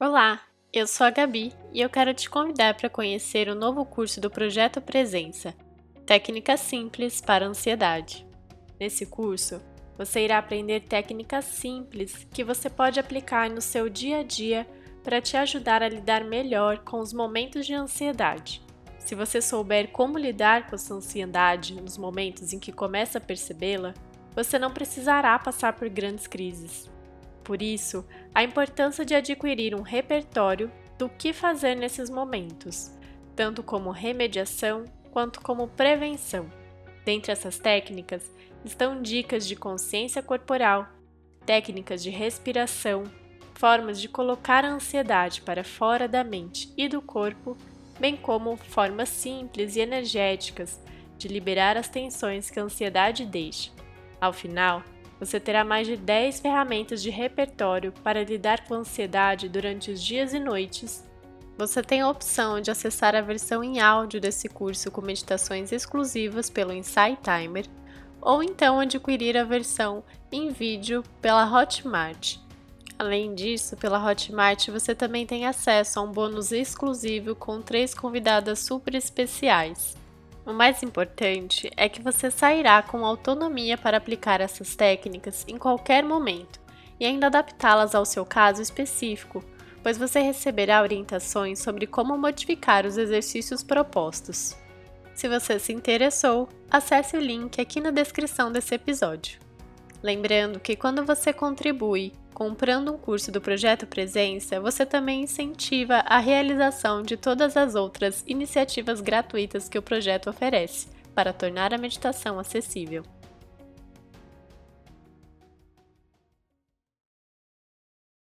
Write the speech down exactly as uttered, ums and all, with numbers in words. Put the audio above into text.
Olá, eu sou a Gabi e eu quero te convidar para conhecer o novo curso do Projeto Presença, Técnicas Simples para a Ansiedade. Nesse curso, você irá aprender técnicas simples que você pode aplicar no seu dia a dia para te ajudar a lidar melhor com os momentos de ansiedade. Se você souber como lidar com essa ansiedade nos momentos em que começa a percebê-la, você não precisará passar por grandes crises. Por isso, a importância de adquirir um repertório do que fazer nesses momentos, tanto como remediação quanto como prevenção. Dentre essas técnicas estão dicas de consciência corporal, técnicas de respiração, formas de colocar a ansiedade para fora da mente e do corpo, bem como formas simples e energéticas de liberar as tensões que a ansiedade deixa. Ao final, você terá mais de dez ferramentas de repertório para lidar com a ansiedade durante os dias e noites. Você tem a opção de acessar a versão em áudio desse curso com meditações exclusivas pelo Insight Timer, ou então adquirir a versão em vídeo pela Hotmart. Além disso, pela Hotmart você também tem acesso a um bônus exclusivo com três convidadas super especiais. O mais importante é que você sairá com autonomia para aplicar essas técnicas em qualquer momento e ainda adaptá-las ao seu caso específico, pois você receberá orientações sobre como modificar os exercícios propostos. Se você se interessou, acesse o link aqui na descrição desse episódio. Lembrando que quando você contribui comprando um curso do Projeto Presença, você também incentiva a realização de todas as outras iniciativas gratuitas que o projeto oferece, para tornar a meditação acessível.